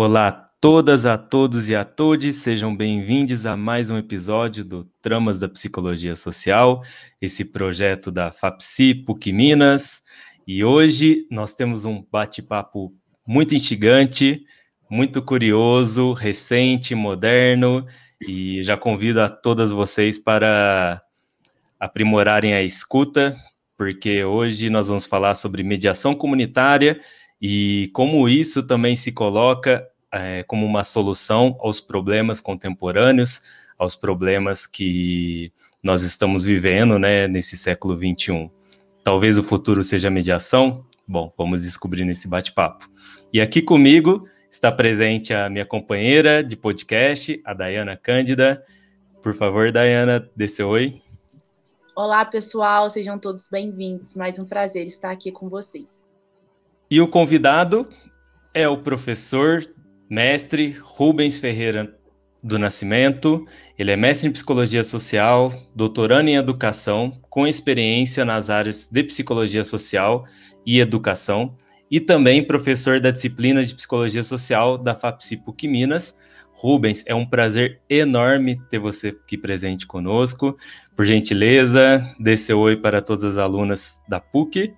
Olá a todas, a todos e a todes, sejam bem-vindos a mais um episódio do Tramas da Psicologia Social, esse projeto da FAPSI, PUC Minas, e hoje nós temos um bate-papo muito instigante, muito curioso, recente, moderno, e já convido a todas vocês para aprimorarem a escuta, porque hoje nós vamos falar sobre mediação comunitária e como isso também se coloca como uma solução aos problemas contemporâneos, aos problemas que nós estamos vivendo, né, nesse século XXI. Talvez o futuro seja mediação? Bom, vamos descobrir nesse bate-papo. E aqui comigo está presente a minha companheira de podcast, a Dayana Cândida. Por favor, Dayana, dê seu oi. Olá, pessoal, sejam todos bem-vindos. Mais um prazer estar aqui com vocês. E o convidado é o professor, mestre Rubens Ferreira do Nascimento. Ele é mestre em Psicologia Social, doutorando em Educação, com experiência nas áreas de Psicologia Social e Educação, e também professor da disciplina de Psicologia Social da FAPSI PUC Minas. Rubens, é um prazer enorme ter você aqui presente conosco. Por gentileza, dê seu oi para todas as alunas da PUC.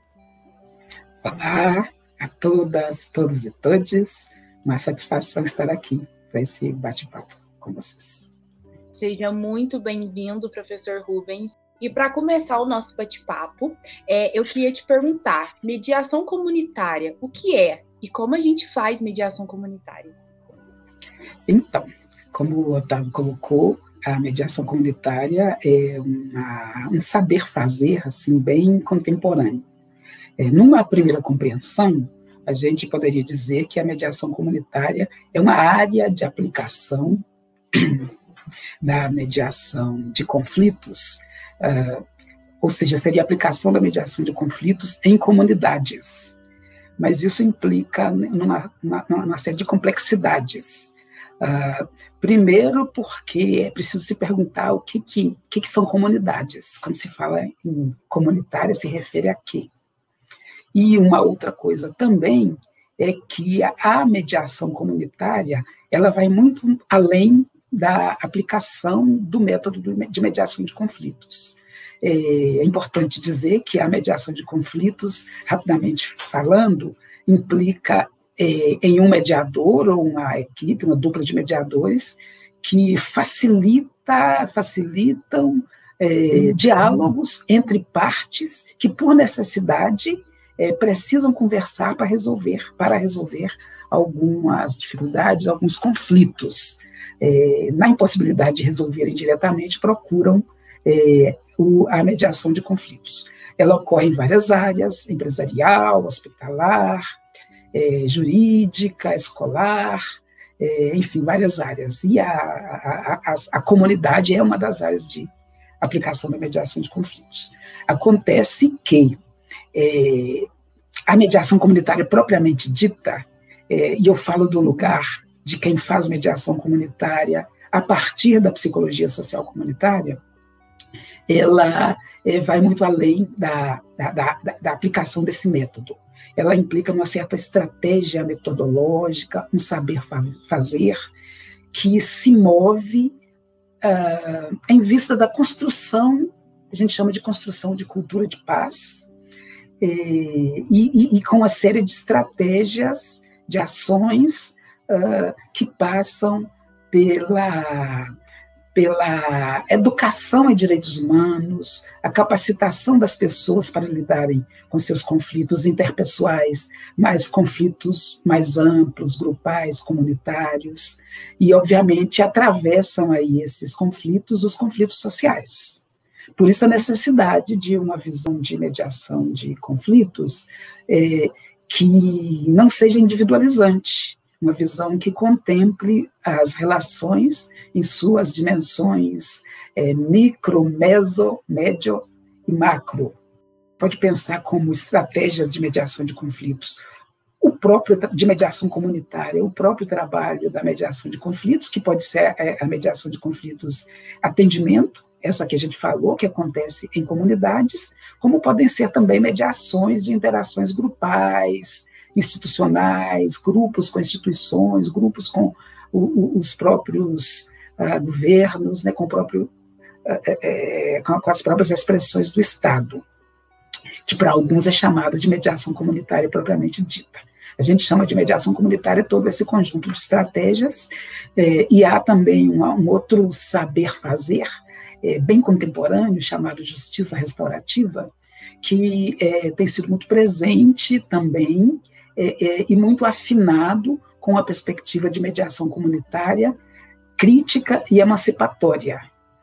Olá a todas, todos e todes. Uma satisfação estar aqui para esse bate-papo com vocês. Seja muito bem-vindo, professor Rubens. E para começar o nosso bate-papo, eu queria te perguntar, mediação comunitária, o que é? E como a gente faz mediação comunitária? Então, como o Otávio colocou, a mediação comunitária é um saber fazer assim, bem contemporâneo. Numa primeira compreensão, a gente poderia dizer que a mediação comunitária é uma área de aplicação da mediação de conflitos, ou seja, seria a aplicação da mediação de conflitos em comunidades. Mas isso implica numa série de complexidades. Primeiro, porque é preciso se perguntar o que são comunidades. Quando se fala em comunitária, se refere a quê? E uma outra coisa também é que a mediação comunitária ela vai muito além da aplicação do método de mediação de conflitos. É importante dizer que a mediação de conflitos, rapidamente falando, implica em um mediador ou uma equipe, uma dupla de mediadores que facilitam diálogos entre partes que, por necessidade, precisam conversar para resolver algumas dificuldades, alguns conflitos. Na impossibilidade de resolverem diretamente, procuram a mediação de conflitos. Ela ocorre em várias áreas, empresarial, hospitalar, jurídica, escolar, enfim, várias áreas. E a comunidade é uma das áreas de aplicação da mediação de conflitos. Acontece que a mediação comunitária propriamente dita, e eu falo do lugar de quem faz mediação comunitária a partir da psicologia social comunitária, ela vai muito além da aplicação desse método. Ela implica uma certa estratégia metodológica, um saber fazer, que se move em vista da construção, a gente chama de construção de cultura de paz, e com uma série de estratégias, de ações que passam pela educação em direitos humanos, a capacitação das pessoas para lidarem com seus conflitos interpessoais, mas conflitos mais amplos, grupais, comunitários, e, obviamente, atravessam aí esses conflitos, os conflitos sociais. Por isso, a necessidade de uma visão de mediação de conflitos que não seja individualizante, uma visão que contemple as relações em suas dimensões micro, meso, médio e macro. Pode pensar como estratégias de mediação de conflitos, o próprio de mediação comunitária, o próprio trabalho da mediação de conflitos, que pode ser a mediação de conflitos atendimento, essa que a gente falou, que acontece em comunidades, como podem ser também mediações de interações grupais, institucionais, grupos com instituições, grupos com os próprios governos, né, com as próprias expressões do Estado, que para alguns é chamada de mediação comunitária propriamente dita. A gente chama de mediação comunitária todo esse conjunto de estratégias, e há também um outro saber fazer, bem contemporâneo, chamado justiça restaurativa, que tem sido muito presente também, e muito afinado com a perspectiva de mediação comunitária, crítica e emancipatória,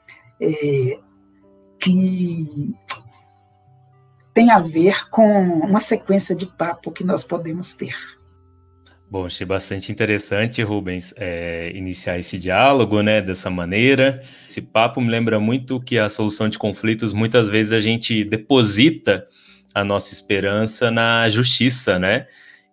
que tem a ver com uma sequência de papo que nós podemos ter. Bom, achei bastante interessante, Rubens, iniciar esse diálogo, né, dessa maneira. Esse papo me lembra muito que a solução de conflitos, muitas vezes a gente deposita a nossa esperança na justiça, né?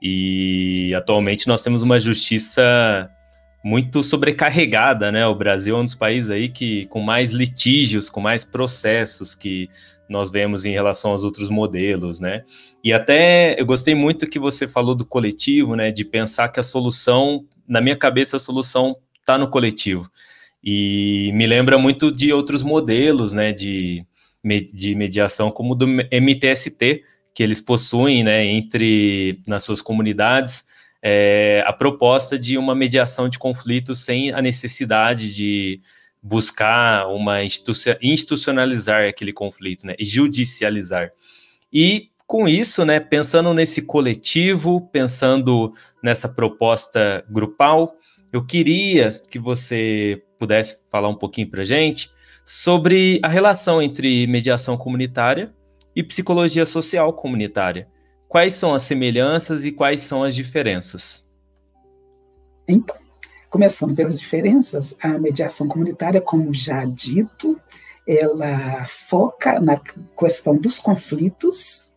E atualmente nós temos uma justiça muito sobrecarregada, né? O Brasil é um dos países aí que com mais litígios, com mais processos que nós vemos em relação aos outros modelos, né? E até eu gostei muito que você falou do coletivo, né? De pensar que a solução, na minha cabeça, a solução está no coletivo. E me lembra muito de outros modelos, né? De mediação, como o do MTST, que eles possuem, né? Nas suas comunidades, a proposta de uma mediação de conflitos sem a necessidade de buscar institucionalizar aquele conflito, né, e judicializar. E com isso, né, pensando nesse coletivo, pensando nessa proposta grupal, eu queria que você pudesse falar um pouquinho para a gente sobre a relação entre mediação comunitária e psicologia social comunitária. Quais são as semelhanças e quais são as diferenças? Então, começando pelas diferenças, a mediação comunitária, como já dito, ela foca na questão dos conflitos,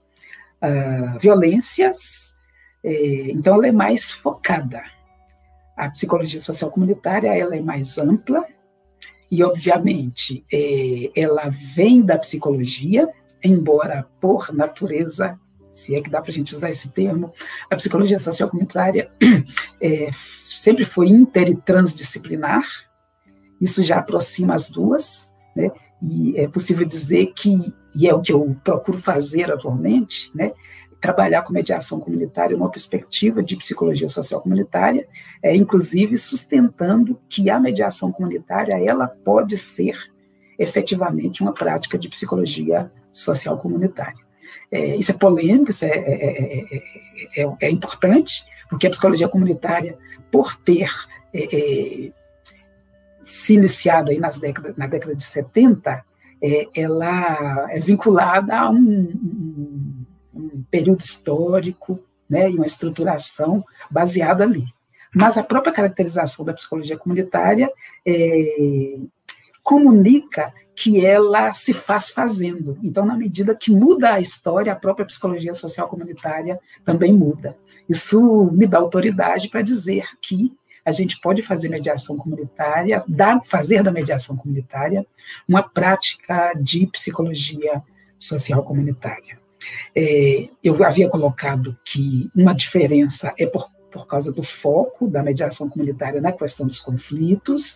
violências, então ela é mais focada. A psicologia social comunitária, ela é mais ampla e, obviamente, ela vem da psicologia, embora por natureza, se é que dá para a gente usar esse termo, a psicologia social comunitária sempre foi inter e transdisciplinar, isso já aproxima as duas, né? E é possível dizer que, e é o que eu procuro fazer atualmente, né? Trabalhar com mediação comunitária uma perspectiva de psicologia social comunitária, inclusive sustentando que a mediação comunitária ela pode ser efetivamente uma prática de psicologia social comunitária. Isso é polêmico, isso é importante, porque a psicologia comunitária, por ter se iniciado aí na década de 70, ela é vinculada a um período histórico, né, e uma estruturação baseada ali. Mas a própria caracterização da psicologia comunitária comunica que ela se faz fazendo. Então, na medida que muda a história, a própria psicologia social comunitária também muda. Isso me dá autoridade para dizer que a gente pode fazer mediação comunitária, fazer da mediação comunitária uma prática de psicologia social comunitária. Eu havia colocado que uma diferença é por causa do foco da mediação comunitária na questão dos conflitos,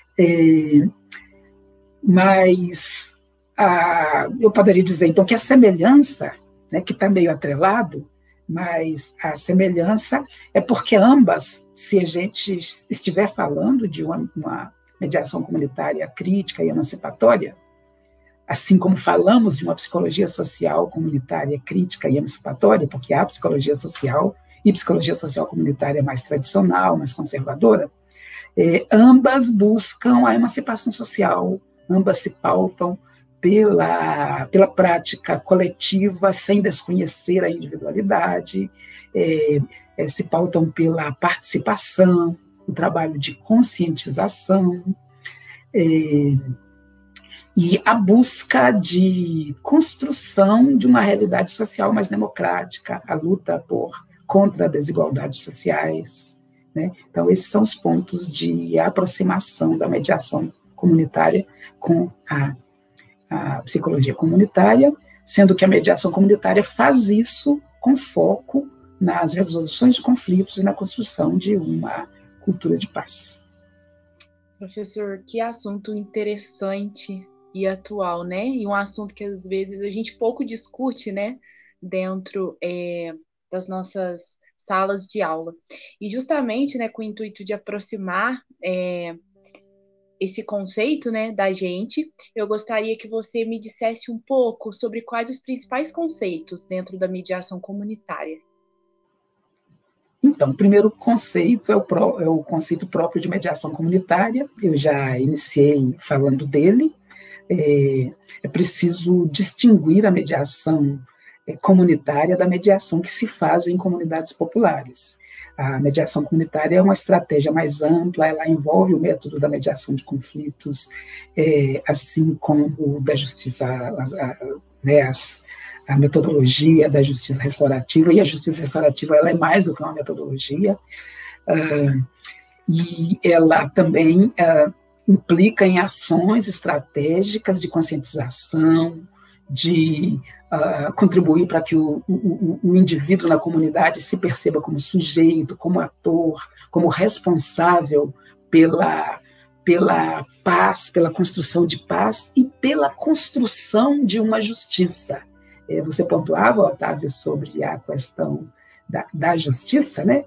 mas eu poderia dizer, então, que a semelhança, né, que está meio atrelado, mas a semelhança é porque ambas, se a gente estiver falando de uma mediação comunitária crítica e emancipatória, assim como falamos de uma psicologia social comunitária crítica e emancipatória, porque há psicologia social e psicologia social comunitária mais tradicional, mais conservadora, ambas buscam a emancipação social, ambas se pautam pela prática coletiva, sem desconhecer a individualidade, se pautam pela participação, o trabalho de conscientização, e a busca de construção de uma realidade social mais democrática, a luta contra desigualdades sociais, né? Então, esses são os pontos de aproximação da mediação comunitária com a psicologia comunitária, sendo que a mediação comunitária faz isso com foco nas resoluções de conflitos e na construção de uma cultura de paz. Professor, que assunto interessante e atual, né? E um assunto que às vezes a gente pouco discute, né? Dentro das nossas salas de aula. E justamente, né, com o intuito de aproximar esse conceito, né, da gente, eu gostaria que você me dissesse um pouco sobre quais os principais conceitos dentro da mediação comunitária. Então, o primeiro conceito é o conceito próprio de mediação comunitária. Eu já iniciei falando dele. É preciso distinguir a mediação comunitária da mediação que se faz em comunidades populares. A mediação comunitária é uma estratégia mais ampla, ela envolve o método da mediação de conflitos, assim como o da justiça, a metodologia da justiça restaurativa, e a justiça restaurativa ela é mais do que uma metodologia, e ela também implica em ações estratégicas de conscientização, de contribuir para que o indivíduo na comunidade se perceba como sujeito, como ator, como responsável pela paz, pela construção de paz e pela construção de uma justiça. Você pontuava, Otávio, sobre a questão da justiça, né?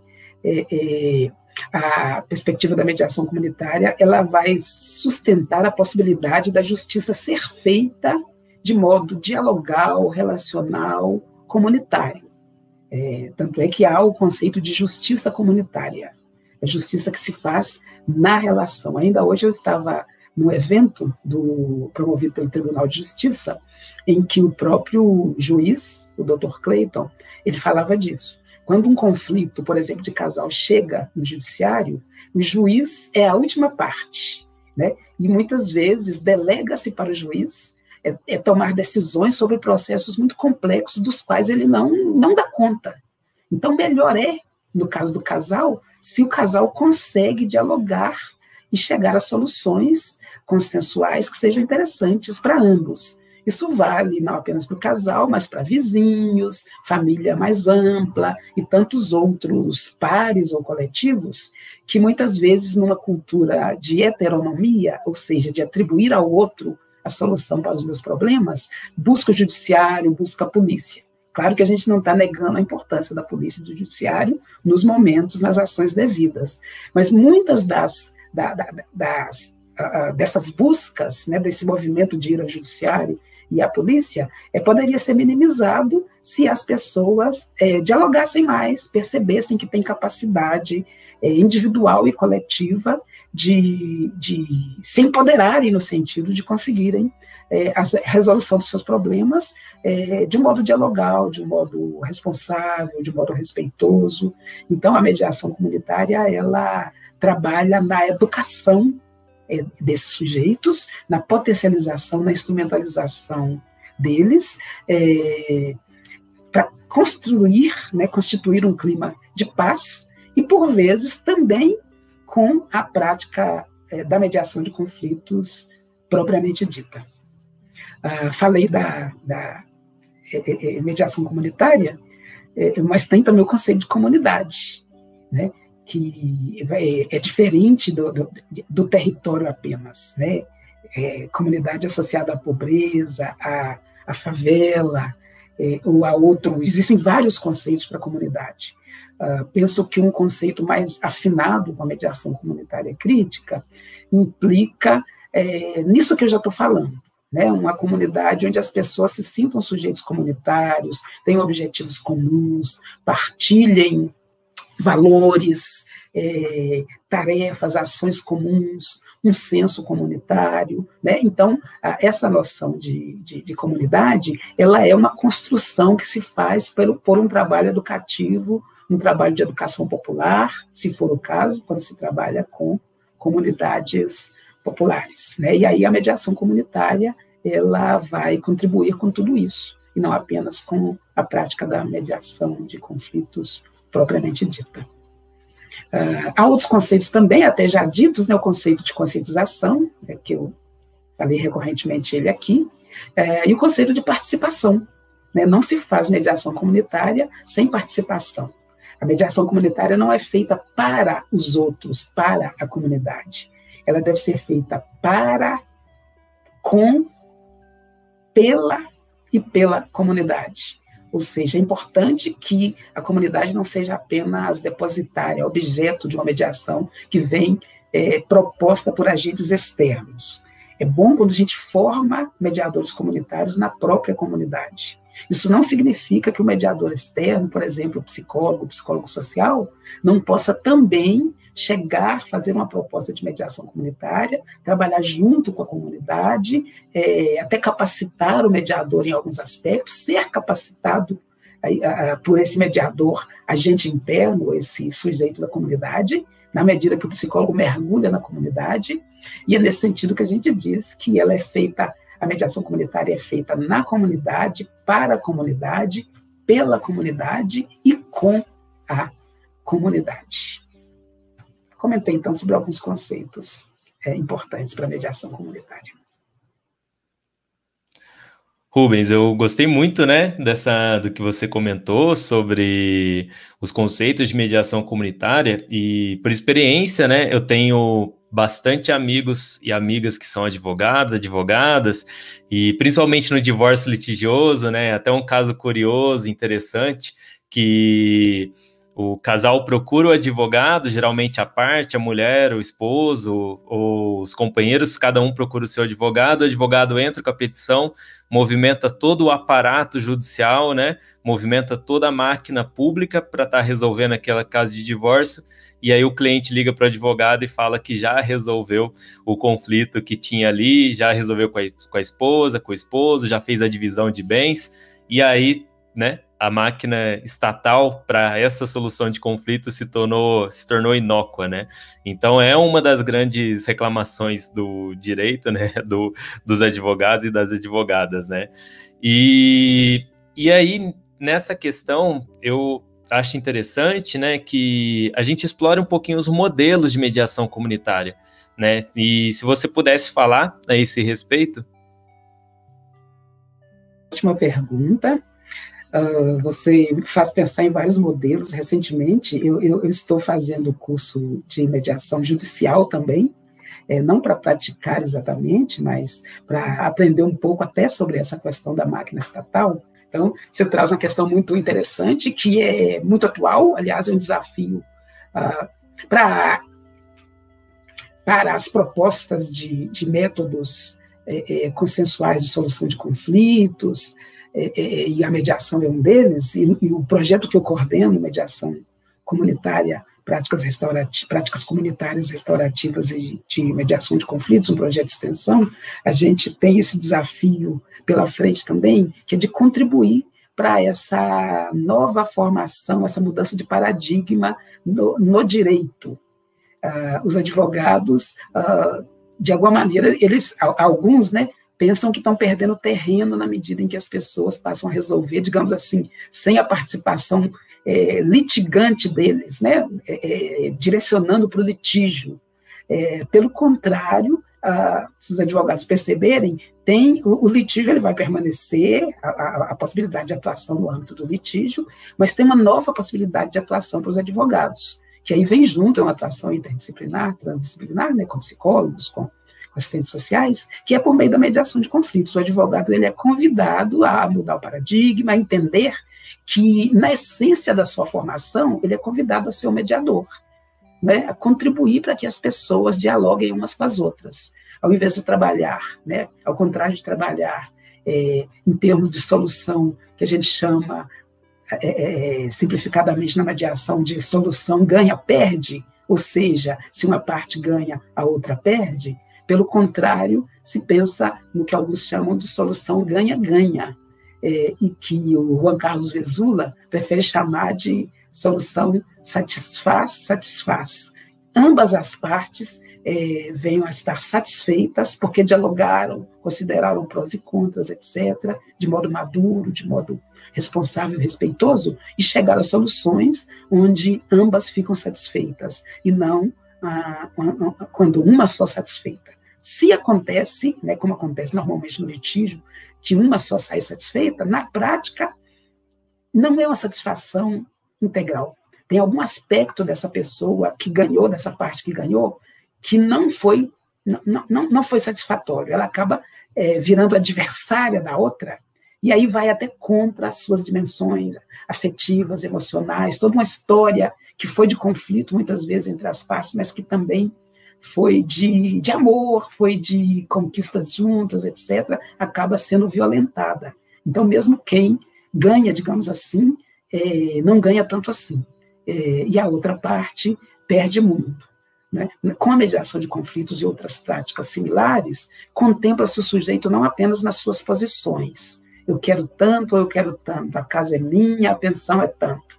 A perspectiva da mediação comunitária ela vai sustentar a possibilidade da justiça ser feita de modo dialogal, relacional, comunitário. Tanto é que há o conceito de justiça comunitária, a justiça que se faz na relação. Ainda hoje eu estava num evento promovido pelo Tribunal de Justiça, em que o próprio juiz, o Dr. Clayton, ele falava disso. Quando um conflito, por exemplo, de casal chega no judiciário, o juiz é a última parte, né? E muitas vezes delega-se para o juiz tomar decisões sobre processos muito complexos dos quais ele não dá conta. Então, melhor no caso do casal, se o casal consegue dialogar e chegar a soluções consensuais que sejam interessantes para ambos. Isso vale não apenas para o casal, mas para vizinhos, família mais ampla e tantos outros pares ou coletivos que muitas vezes numa cultura de heteronomia, ou seja, de atribuir ao outro a solução para os meus problemas, busca o judiciário, busca a polícia. Claro que a gente não está negando a importância da polícia e do judiciário nos momentos, nas ações devidas, mas muitas dessas buscas, né, desse movimento de ir ao judiciário e à polícia, poderia ser minimizado se as pessoas dialogassem mais, percebessem que têm capacidade individual e coletiva de se empoderarem no sentido de conseguirem a resolução dos seus problemas de um modo dialogal, de um modo responsável, de um modo respeitoso. Então, a mediação comunitária, ela trabalha na educação desses sujeitos, na potencialização, na instrumentalização deles, para constituir um clima de paz e, por vezes, também com a prática da mediação de conflitos propriamente dita. Falei da mediação comunitária, mas tem também o conceito de comunidade, né? Que é diferente do território apenas, né? Comunidade associada à pobreza, à favela, ou a outro. Existem vários conceitos para a comunidade. Penso que um conceito mais afinado com a mediação comunitária crítica implica nisso que eu já estou falando, né? Uma comunidade onde as pessoas se sintam sujeitos comunitários, tenham objetivos comuns, partilhem valores, tarefas, ações comuns, um senso comunitário, né? Então, essa noção de comunidade, ela é uma construção que se faz por um trabalho educativo, um trabalho de educação popular, se for o caso, quando se trabalha com comunidades populares, né? E aí a mediação comunitária, ela vai contribuir com tudo isso, e não apenas com a prática da mediação de conflitos propriamente dita. Há outros conceitos também, até já ditos, né, o conceito de conscientização, que eu falei recorrentemente ele aqui, e o conceito de participação, né? Não se faz mediação comunitária sem participação. A mediação comunitária não é feita para os outros, para a comunidade. Ela deve ser feita para, com, pela e pela comunidade. Ou seja, é importante que a comunidade não seja apenas depositária, objeto de uma mediação que vem proposta por agentes externos. É bom quando a gente forma mediadores comunitários na própria comunidade. Isso não significa que o mediador externo, por exemplo, o psicólogo social, não possa também chegar, fazer uma proposta de mediação comunitária, trabalhar junto com a comunidade, até capacitar o mediador em alguns aspectos, ser capacitado por esse mediador, agente interno, esse sujeito da comunidade, na medida que o psicólogo mergulha na comunidade, e é nesse sentido que a gente diz que ela é feita, a mediação comunitária é feita na comunidade, para a comunidade, pela comunidade e com a comunidade. Comentei, então, sobre alguns conceitos importantes para a mediação comunitária. Rubens, eu gostei muito, né, do que você comentou sobre os conceitos de mediação comunitária e, por experiência, né, eu tenho bastante amigos e amigas que são advogados, advogadas, e principalmente no divórcio litigioso, né, até um caso curioso, interessante, que o casal procura o advogado, geralmente a parte, a mulher, o esposo, ou os companheiros, cada um procura o seu advogado, o advogado entra com a petição, movimenta todo o aparato judicial, né? Movimenta toda a máquina pública para estar resolvendo aquele caso de divórcio, e aí o cliente liga para o advogado e fala que já resolveu o conflito que tinha ali, já resolveu com a esposa, com o esposo, já fez a divisão de bens, e aí, né? A máquina estatal para essa solução de conflito se tornou inócua, né? Então é uma das grandes reclamações do direito, né? Dos advogados e das advogadas, né? E aí, nessa questão, eu acho interessante, né, que a gente explore um pouquinho os modelos de mediação comunitária, né? E se você pudesse falar a esse respeito. Última pergunta. Você me faz pensar em vários modelos. Recentemente, eu estou fazendo o curso de mediação judicial também, não para praticar exatamente, mas para aprender um pouco até sobre essa questão da máquina estatal. Então, você traz uma questão muito interessante, que é muito atual, aliás, é um desafio para as propostas de métodos consensuais de solução de conflitos, e a mediação é um deles, e o projeto que eu coordeno, mediação comunitária, práticas comunitárias restaurativas e de mediação de conflitos, um projeto de extensão, a gente tem esse desafio pela frente também, que é de contribuir para essa nova formação, essa mudança de paradigma no direito. Os advogados, de alguma maneira, alguns, né, pensam que estão perdendo terreno na medida em que as pessoas passam a resolver, digamos assim, sem a participação litigante deles, né, direcionando para o litígio. Pelo contrário, se os advogados perceberem, o litígio ele vai permanecer, a possibilidade de atuação no âmbito do litígio, mas tem uma nova possibilidade de atuação para os advogados, que aí vem junto, é uma atuação interdisciplinar, transdisciplinar, né, com psicólogos, com assistentes sociais, que é por meio da mediação de conflitos. O advogado ele é convidado a mudar o paradigma, a entender que, na essência da sua formação, ele é convidado a ser um mediador, né, a contribuir para que as pessoas dialoguem umas com as outras, ao invés de trabalhar, né, ao contrário de trabalhar em termos de solução, que a gente chama, simplificadamente na mediação, de solução ganha-perde, ou seja, se uma parte ganha, a outra perde. Pelo contrário, se pensa no que alguns chamam de solução ganha-ganha, e que o Juan Carlos Vezula prefere chamar de solução satisfaz. Ambas as partes venham a estar satisfeitas porque dialogaram, consideraram prós e contras, etc., de modo maduro, de modo responsável e respeitoso, e chegaram a soluções onde ambas ficam satisfeitas, e não quando uma só satisfeita. Se acontece, né, como acontece normalmente no litígio, que uma só sai satisfeita, na prática, não é uma satisfação integral. tem algum aspecto dessa pessoa que ganhou, dessa parte que ganhou, que não foi satisfatório. Ela acaba virando adversária da outra, e aí vai até contra as suas dimensões afetivas, emocionais, toda uma história que foi de conflito, muitas vezes, entre as partes, mas que também foi de amor, foi de conquistas juntas, etc., acaba sendo violentada. Então, mesmo quem ganha, digamos assim, não ganha tanto assim. E a outra parte perde muito. Né? Com a mediação de conflitos e outras práticas similares, contempla-se o sujeito não apenas nas suas posições. Eu quero tanto, ou eu quero tanto, a casa é minha, a pensão é tanto.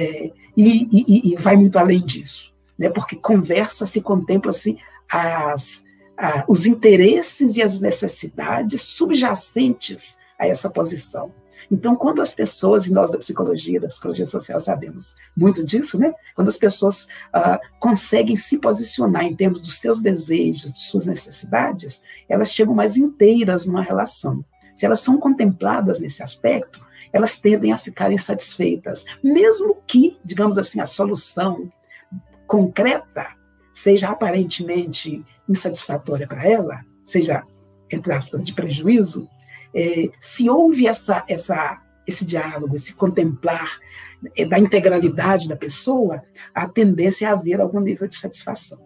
E vai muito além disso, né? Porque conversa-se, contempla-se os interesses e as necessidades subjacentes a essa posição. Então, quando as pessoas, e nós da psicologia social sabemos muito disso, né? Quando as pessoas conseguem se posicionar em termos dos seus desejos, de suas necessidades, elas chegam mais inteiras numa relação. Se elas são contempladas nesse aspecto, elas tendem a ficar insatisfeitas, mesmo que, digamos assim, a solução concreta seja aparentemente insatisfatória para ela, seja, entre aspas, de prejuízo. Se houve esse diálogo, esse contemplar da integralidade da pessoa, a tendência é haver algum nível de satisfação.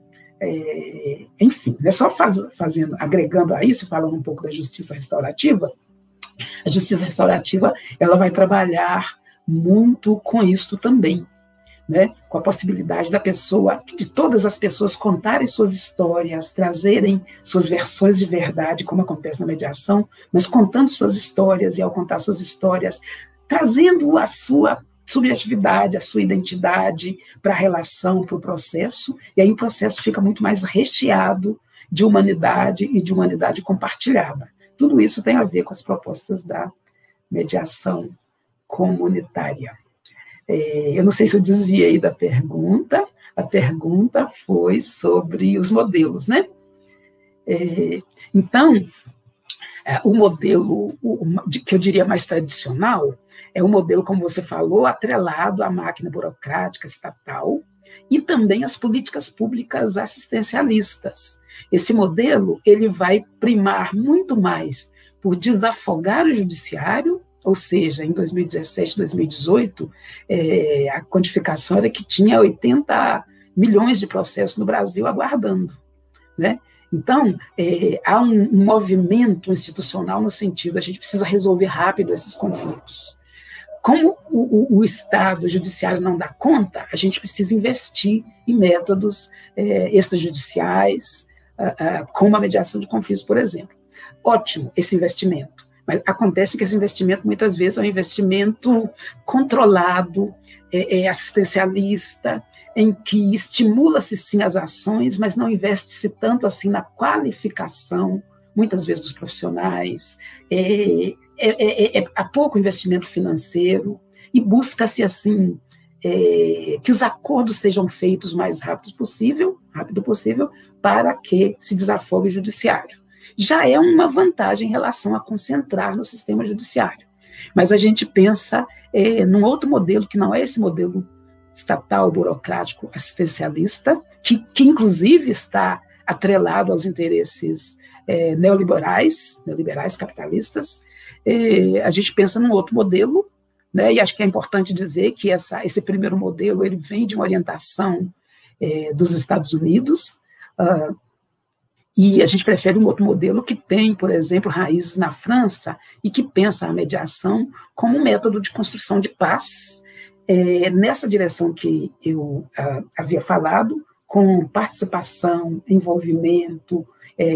Enfim, né, só agregando a isso, falando um pouco da justiça restaurativa, a justiça restaurativa ela vai trabalhar muito com isso também, né, com a possibilidade da pessoa, de todas as pessoas contarem suas histórias, trazerem suas versões de verdade, como acontece na mediação, mas contando suas histórias, e ao contar suas histórias, trazendo a sua subjetividade, a sua identidade para a relação, para o processo, e aí o processo fica muito mais recheado de humanidade e de humanidade compartilhada. Tudo isso tem a ver com as propostas da mediação comunitária. Eu não sei se eu desviei da pergunta, a pergunta foi sobre os modelos, né? Então, o modelo que eu diria mais tradicional é um modelo, como você falou, atrelado à máquina burocrática estatal e também às políticas públicas assistencialistas. Esse modelo ele vai primar muito mais por desafogar o judiciário, ou seja, em 2017, 2018, a codificação era que tinha 80 milhões de processos no Brasil aguardando, né? Então, há um movimento institucional no sentido, a gente precisa resolver rápido esses conflitos. Como o Estado, o judiciário não dá conta, a gente precisa investir em métodos extrajudiciais, como a mediação de conflitos, por exemplo. Ótimo esse investimento, mas acontece que esse investimento, muitas vezes, é um investimento controlado, assistencialista, em que estimula-se, sim, as ações, mas não investe-se tanto assim na qualificação, muitas vezes, dos profissionais, há pouco investimento financeiro, e busca-se, assim, que os acordos sejam feitos o mais rápido possível, para que se desafogue o judiciário. Já é uma vantagem em relação a concentrar no sistema judiciário. Mas a gente pensa num outro modelo, que não é esse modelo estatal, burocrático, assistencialista, que inclusive está atrelado aos interesses neoliberais, capitalistas. A gente pensa num outro modelo, né, e acho que é importante dizer que esse primeiro modelo ele vem de uma orientação dos Estados Unidos, e a gente prefere um outro modelo que tem, por exemplo, raízes na França e que pensa a mediação como um método de construção de paz, nessa direção que eu havia falado, com participação, envolvimento,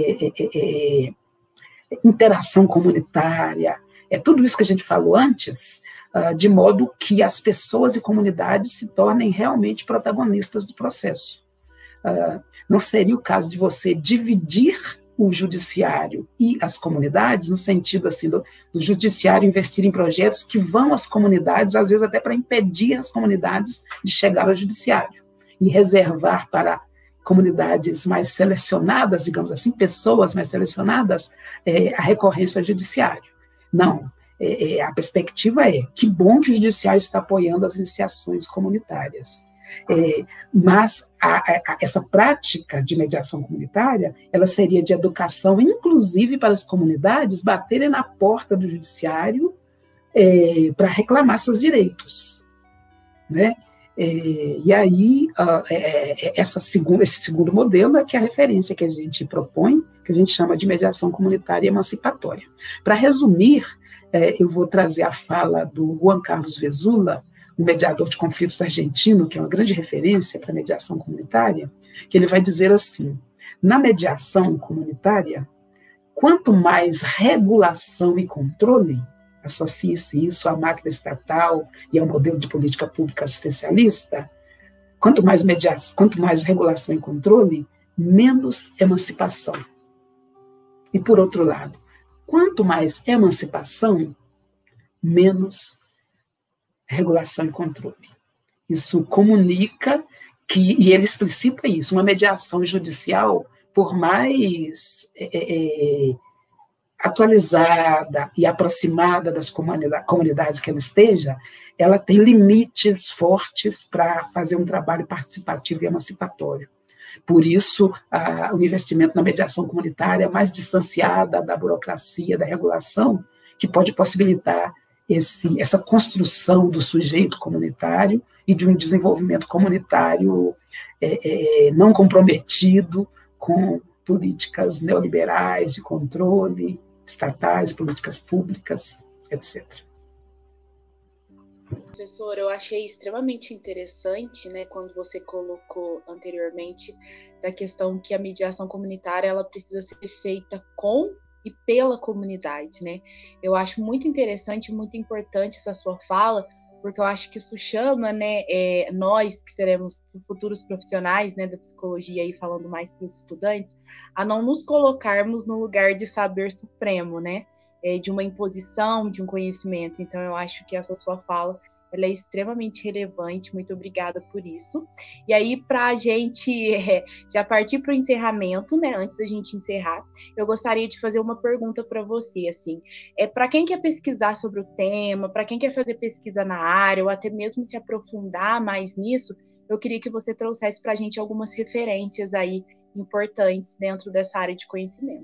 interação comunitária, tudo isso que a gente falou antes, de modo que as pessoas e comunidades se tornem realmente protagonistas do processo. Não seria o caso de você dividir o judiciário e as comunidades, no sentido assim, do judiciário investir em projetos que vão às comunidades, às vezes até para impedir as comunidades de chegar ao judiciário, e reservar para comunidades mais selecionadas, digamos assim, pessoas mais selecionadas, a recorrência ao judiciário. Não, a perspectiva é que bom que o judiciário está apoiando as iniciações comunitárias. Mas essa prática de mediação comunitária, ela seria de educação, inclusive para as comunidades baterem na porta do judiciário para reclamar seus direitos, né? E aí, esse segundo modelo é que é a referência que a gente propõe, que a gente chama de mediação comunitária emancipatória. Para resumir, eu vou trazer a fala do Juan Carlos Vezula, um mediador de conflitos argentino, que é uma grande referência para a mediação comunitária, que ele vai dizer assim: na mediação comunitária, quanto mais regulação e controle, associe-se isso à máquina estatal e ao modelo de política pública assistencialista, quanto mais regulação e controle, menos emancipação. E, por outro lado, quanto mais emancipação, menos regulação e controle. Isso comunica que, e ele explicita isso, uma mediação judicial, por mais atualizada e aproximada das comunidades que ela esteja, ela tem limites fortes para fazer um trabalho participativo e emancipatório. Por isso, o investimento na mediação comunitária é mais distanciada da burocracia, da regulação, que pode possibilitar essa construção do sujeito comunitário e de um desenvolvimento comunitário não comprometido com políticas neoliberais de controle, estatais, políticas públicas, etc. Professor, eu achei extremamente interessante, né, quando você colocou anteriormente da questão que a mediação comunitária ela precisa ser feita com e pela comunidade, né? Eu acho muito interessante, muito importante essa sua fala, porque eu acho que isso chama, né, nós que seremos futuros profissionais, né, da psicologia, aí falando mais para os estudantes, a não nos colocarmos no lugar de saber supremo, né, de uma imposição, de um conhecimento. Então, eu acho que essa sua fala ela é extremamente relevante, muito obrigada por isso. E aí, para a gente já partir para o encerramento, né, antes da gente encerrar, eu gostaria de fazer uma pergunta para você, assim, para quem quer pesquisar sobre o tema, para quem quer fazer pesquisa na área, ou até mesmo se aprofundar mais nisso, eu queria que você trouxesse para a gente algumas referências aí importantes dentro dessa área de conhecimento.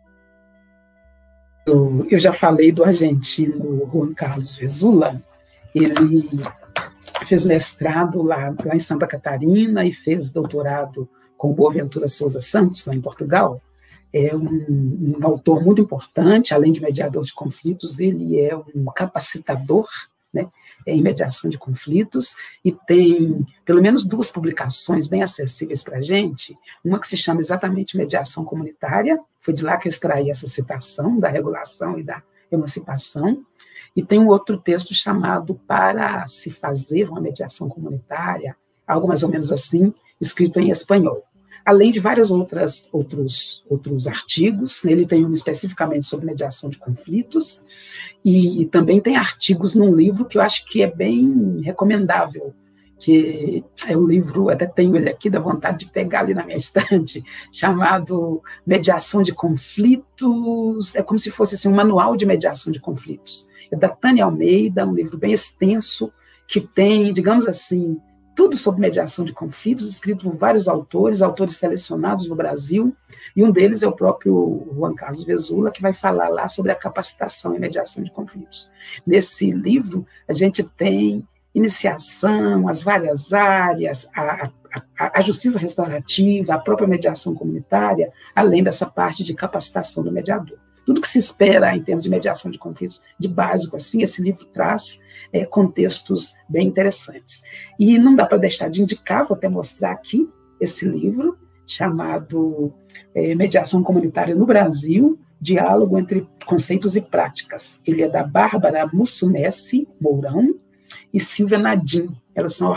Eu já falei do argentino Juan Carlos Vezula. Ele fez mestrado lá em Santa Catarina e fez doutorado com Boaventura Sousa Santos, lá em Portugal. É um autor muito importante, além de mediador de conflitos, ele é um capacitador, né, em mediação de conflitos, e tem pelo menos 2 publicações bem acessíveis para a gente, uma que se chama exatamente Mediação Comunitária, foi de lá que eu extraí essa citação da regulação e da emancipação, e tem um outro texto chamado Para se fazer uma mediação comunitária, algo mais ou menos assim, escrito em espanhol. Além de vários outros artigos, ele tem um especificamente sobre mediação de conflitos, e também tem artigos num livro que eu acho que é bem recomendável, que é um livro, até tenho ele aqui, dá vontade de pegar ali na minha estante, chamado Mediação de Conflitos, é como se fosse assim, um manual de mediação de conflitos. É da Tânia Almeida, um livro bem extenso, que tem, digamos assim, tudo sobre mediação de conflitos, escrito por vários autores selecionados no Brasil, e um deles é o próprio Juan Carlos Vezula, que vai falar lá sobre a capacitação em mediação de conflitos. Nesse livro, a gente tem iniciação, as várias áreas, a justiça restaurativa, a própria mediação comunitária, além dessa parte de capacitação do mediador. Tudo que se espera em termos de mediação de conflitos de básico, assim, esse livro traz contextos bem interessantes. E não dá para deixar de indicar, vou até mostrar aqui esse livro, chamado Mediação Comunitária no Brasil, Diálogo entre Conceitos e Práticas. Ele é da Bárbara Mussunesi Mourão e Silvia Nadim, elas são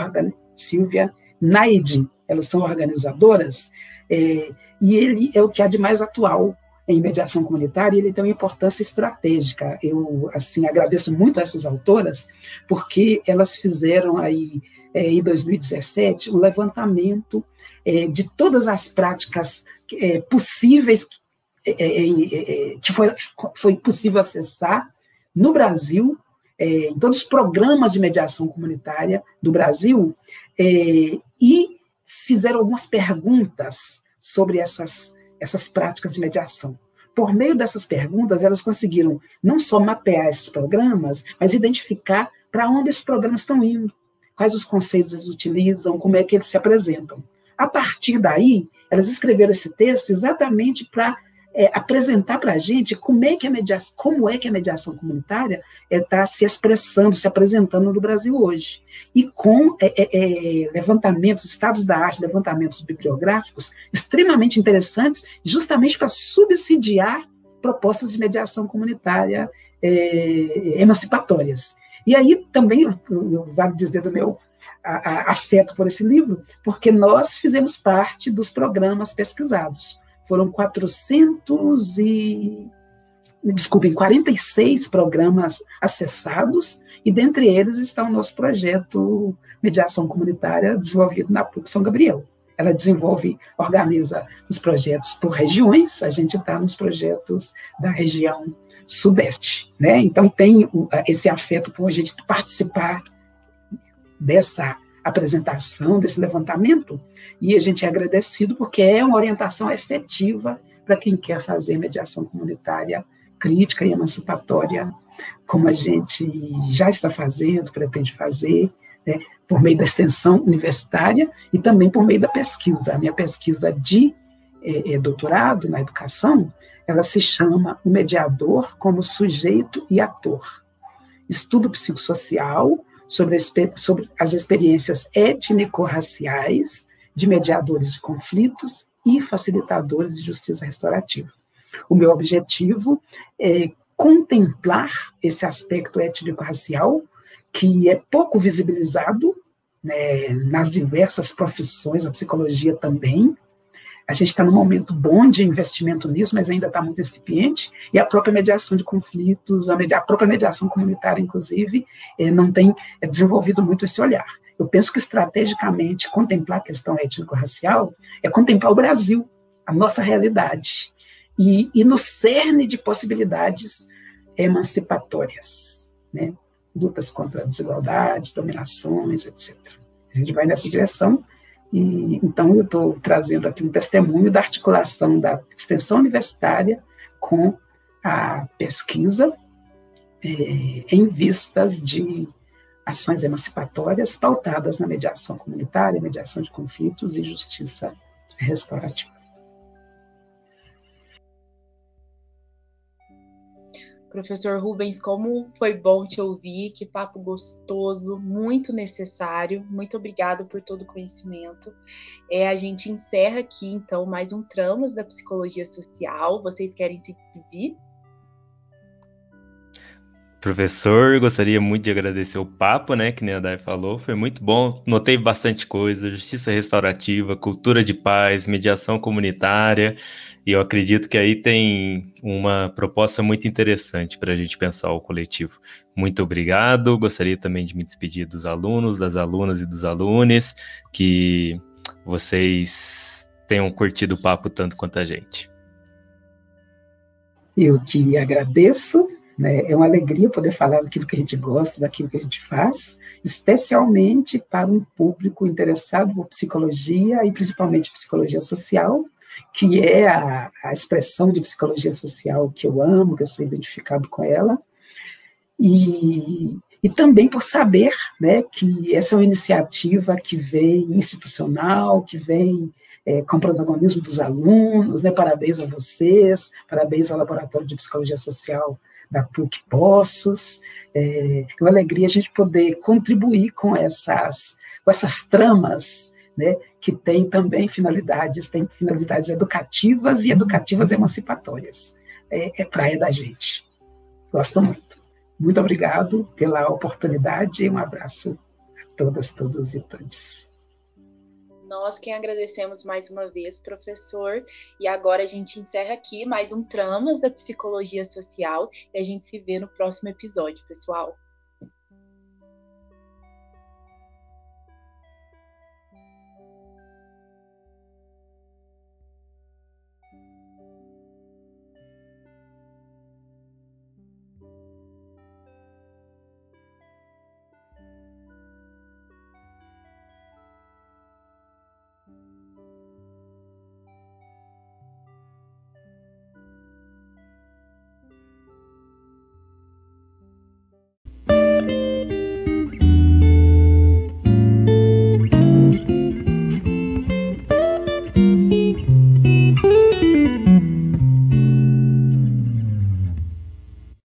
organizadoras, e ele é o que há de mais atual em mediação comunitária, e ele tem uma importância estratégica. Eu, assim, agradeço muito a essas autoras, porque elas fizeram aí, em 2017, um levantamento de todas as práticas possíveis, que foi possível acessar no Brasil, em todos os programas de mediação comunitária do Brasil, e fizeram algumas perguntas sobre essas práticas de mediação. Por meio dessas perguntas, elas conseguiram não só mapear esses programas, mas identificar para onde esses programas estão indo, quais os conceitos eles utilizam, como é que eles se apresentam. A partir daí, elas escreveram esse texto exatamente para apresentar para a gente como é que a mediação comunitária está se expressando, se apresentando no Brasil hoje. E com levantamentos, estados da arte, levantamentos bibliográficos extremamente interessantes, justamente para subsidiar propostas de mediação comunitária emancipatórias. E aí também, eu vale dizer do meu afeto por esse livro, porque nós fizemos parte dos programas pesquisados. Foram 46 programas acessados, e dentre eles está o nosso projeto Mediação Comunitária, desenvolvido na PUC São Gabriel. Ela organiza os projetos por regiões, a gente está nos projetos da região Sudeste, né? Então tem esse afeto por a gente participar dessa apresentação, desse levantamento, e a gente é agradecido porque é uma orientação efetiva para quem quer fazer mediação comunitária crítica e emancipatória, como a gente já está fazendo, pretende fazer, né, por meio da extensão universitária e também por meio da pesquisa. A minha pesquisa de doutorado na educação, ela se chama O Mediador como Sujeito e Ator. Estudo psicossocial sobre as experiências étnico-raciais de mediadores de conflitos e facilitadores de justiça restaurativa. O meu objetivo é contemplar esse aspecto étnico-racial, que é pouco visibilizado, né, nas diversas profissões, a psicologia também. A gente está num momento bom de investimento nisso, mas ainda está muito incipiente, e a própria mediação de conflitos, a própria mediação comunitária, inclusive, não tem desenvolvido muito esse olhar. Eu penso que, estrategicamente, contemplar a questão étnico-racial é contemplar o Brasil, a nossa realidade, e no cerne de possibilidades emancipatórias, né? Lutas contra desigualdades, dominações, etc. A gente vai nessa direção. E, então, eu estou trazendo aqui um testemunho da articulação da extensão universitária com a pesquisa em vistas de ações emancipatórias pautadas na mediação comunitária, mediação de conflitos e justiça restaurativa. Professor Rubens, como foi bom te ouvir, que papo gostoso, muito necessário. Muito obrigada por todo o conhecimento. A gente encerra aqui, então, mais um Tramas da Psicologia Social. Vocês querem se despedir? Professor, gostaria muito de agradecer o papo, né, que nem a Day falou, foi muito bom, notei bastante coisa, justiça restaurativa, cultura de paz, mediação comunitária, e eu acredito que aí tem uma proposta muito interessante para a gente pensar o coletivo. Muito obrigado, gostaria também de me despedir dos alunos, das alunas e dos alunos, que vocês tenham curtido o papo tanto quanto a gente. Eu te agradeço. É uma alegria poder falar daquilo que a gente gosta, daquilo que a gente faz, especialmente para um público interessado por psicologia e principalmente psicologia social, que é a expressão de psicologia social que eu amo, que eu sou identificado com ela, e também por saber, né, que essa é uma iniciativa que vem institucional, que vem com protagonismo dos alunos, né, parabéns a vocês, parabéns ao Laboratório de Psicologia Social da PUC Poços. É uma alegria a gente poder contribuir com essas tramas, né, que tem também finalidades educativas e educativas emancipatórias. É praia da gente. Gosto muito. Muito obrigado pela oportunidade e um abraço a todas, todos e todos. Nós quem agradecemos mais uma vez, professor, e agora a gente encerra aqui mais um Tramas da Psicologia Social e a gente se vê no próximo episódio, pessoal.